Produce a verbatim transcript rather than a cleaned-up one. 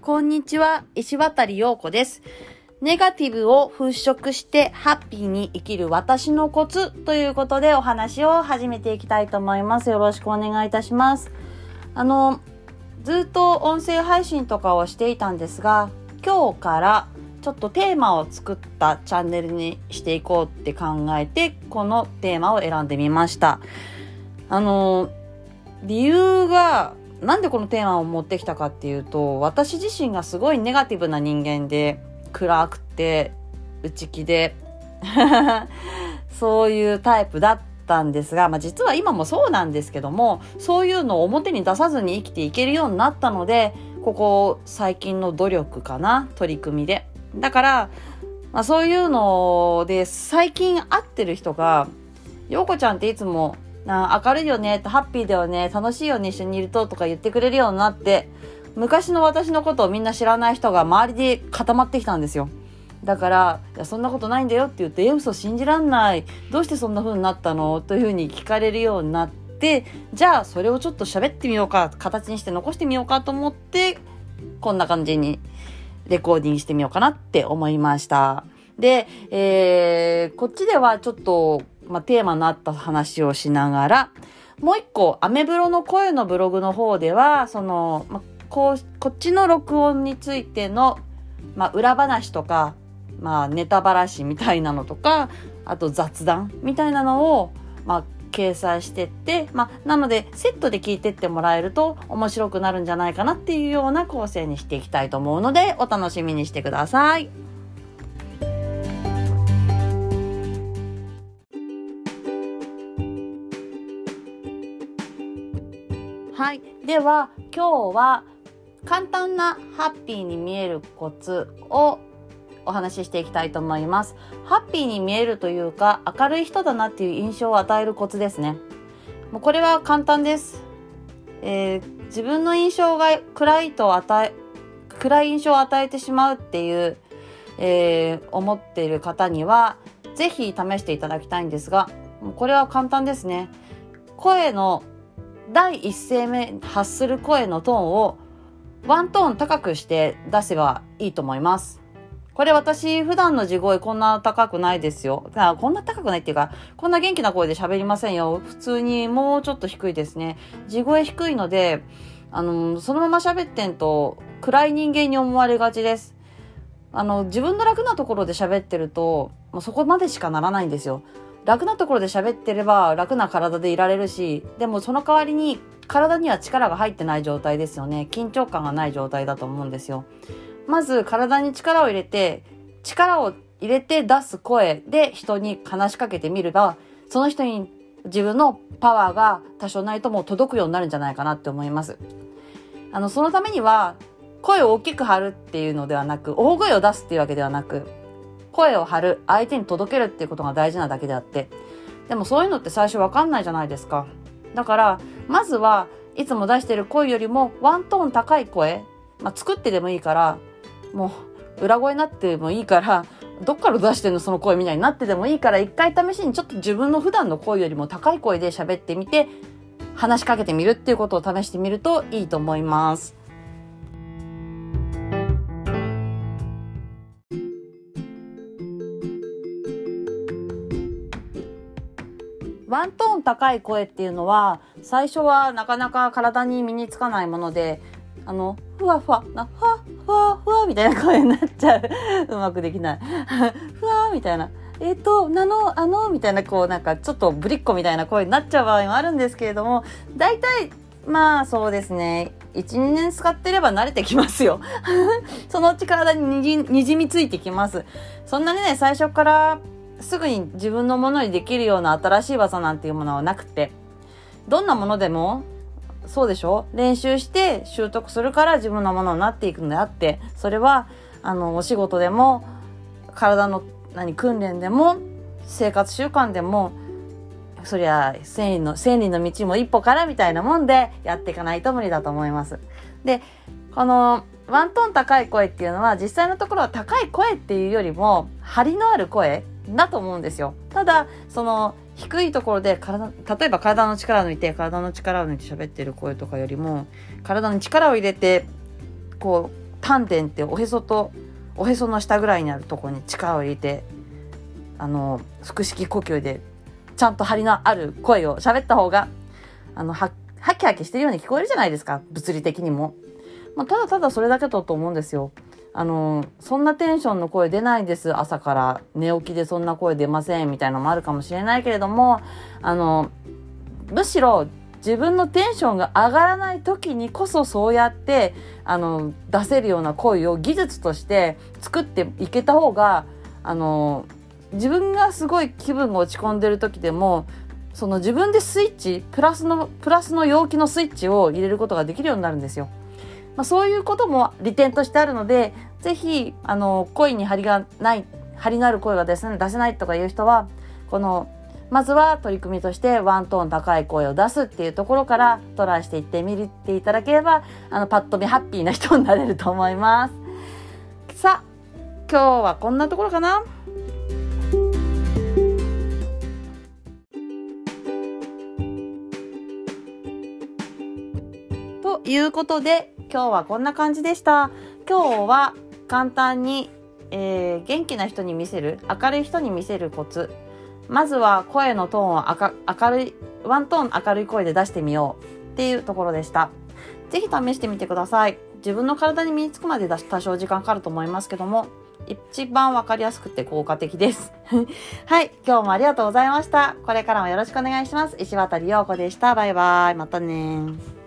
こんにちは、石渡陽子です。ネガティブを払拭してハッピーに生きる私のコツということでお話を始めていきたいと思います。よろしくお願いいたします。あの、ずっと音声配信とかをしていたんですが、今日からちょっとテーマを作ったチャンネルにしていこうって考えて、このテーマを選んでみました。あの、理由が、なんでこのテーマを持ってきたかっていうと、私自身がすごいネガティブな人間で、暗くて内気でそういうタイプだったんですが、まあ、実は今もそうなんですけども、そういうのを表に出さずに生きていけるようになったので、ここ最近の努力かな、取り組みで。だから、まあ、そういうので最近会ってる人が、陽子ちゃんっていつもな明るいよね、ハッピーだよね、楽しいよね、一緒にいるととか言ってくれるようになって、昔の私のことをみんな知らない人が周りで固まってきたんですよ。だからいやそんなことないんだよって言って、え嘘信じらんない、どうしてそんな風になったのという風に聞かれるようになって、じゃあそれをちょっと喋ってみようか、形にして残してみようかと思って、こんな感じにレコーディングしてみようかなって思いました。で、えー、こっちではちょっと、まあ、テーマのあった話をしながら、もう一個アメブロの声のブログの方ではその、まあこうこっちの録音についての、まあ、裏話とか、まあ、ネタばらしみたいなのとか、あと雑談みたいなのを、まあ、掲載してって、まあ、なのでセットで聞いてってもらえると面白くなるんじゃないかなっていうような構成にしていきたいと思うので、お楽しみにしてください。はい、では今日は簡単なハッピーに見えるコツをお話ししていきたいと思います。ハッピーに見えるというか、明るい人だなっていう印象を与えるコツですね。もうこれは簡単です。えー、自分の印象が暗いと与え、暗い印象を与えてしまうっていう、えー、思っている方には、ぜひ試していただきたいんですが、もうこれは簡単ですね。声の第一声目発する声のトーンをワントーン高くして出せばいいと思います。これ私普段の地声こんな高くないですよ。こんな高くないっていうか、こんな元気な声で喋りませんよ。普通にもうちょっと低いですね。地声低いので、あの、そのまま喋ってんと暗い人間に思われがちです。あの、自分の楽なところで喋ってると、もうそこまでしかならないんですよ。楽なところで喋ってれば楽な体でいられるし、でもその代わりに体には力が入ってない状態ですよね。緊張感がない状態だと思うんですよ。まず体に力を入れて、力を入れて出す声で人に話しかけてみれば、その人に自分のパワーが多少ないとも届くようになるんじゃないかなって思います。あの、そのためには声を大きく張るっていうのではなく、大声を出すっていうわけではなく、声を張る、相手に届けるっていうことが大事なだけであって、でもそういうのって最初わかんないじゃないですか。だからまずはいつも出してる声よりもワントーン高い声、まあ、作ってでもいいから、もう裏声になってもいいから、どっから出してんのその声みたいになってでもいいから、一回試しにちょっと自分の普段の声よりも高い声で喋ってみて、話しかけてみるっていうことを試してみるといいと思います。ワントーン高い声っていうのは最初はなかなか体に身につかないもので、あのふわふわなふわふわふわみたいな声になっちゃううまくできないふわみたいな、えっとなのあのみたいな、こうなんかちょっとぶりっ子みたいな声になっちゃう場合もあるんですけれども、だいたいまあそうですね、いち、にねん使ってれば慣れてきますよそのうち体ににじ、にじみついてきます。そんなにね、最初からすぐに自分のものにできるような新しい技なんていうものはなくて、どんなものでもそうでしょ、練習して習得するから自分のものになっていくのであって、それはあのお仕事でも体の何訓練でも生活習慣でも、そりゃ千里の千里の道も一歩からみたいなもんでやっていかないと無理だと思います。で、このワントーン高い声っていうのは実際のところは高い声っていうよりも張りのある声だと思うんですよ。ただその低いところで体、例えば体の力を抜いて体の力を抜いて喋ってる声とかよりも、体に力を入れてこう丹田っておへそとおへその下ぐらいにあるところに力を入れて、あの腹式呼吸でちゃんと張りのある声を喋った方が、あのはハキハキしてるように聞こえるじゃないですか、物理的にも。まあ、ただただそれだけだと思うんですよ。あのそんなテンションの声出ないです、朝から寝起きでそんな声出ませんみたいなのもあるかもしれないけれども、あのむしろ自分のテンションが上がらない時にこそそうやってあの出せるような声を技術として作っていけた方が、あの自分がすごい気分が落ち込んでる時でも、その自分でスイッチプラスのプラスの陽気のスイッチを入れることができるようになるんですよ。まあ、そういうことも利点としてあるので、ぜひあの声に張りがない張りのある声がですね出せないとかいう人は、このまずは取り組みとしてワントーン高い声を出すっていうところからトライしていってみていただければ、あのパッと見ハッピーな人になれると思います。さあ今日はこんなところかな。ということで今日はこんな感じでした。今日は簡単に、えー、元気な人に見せる、明るい人に見せるコツ、まずは声のトーンを明明るいワントーン明るい声で出してみようっていうところでした。ぜひ試してみてください。自分の体に身につくまで多少時間かかると思いますけども、一番わかりやすくて効果的ですはい、今日もありがとうございました。これからもよろしくお願いします。石渡陽子でした。バイバイ。またね。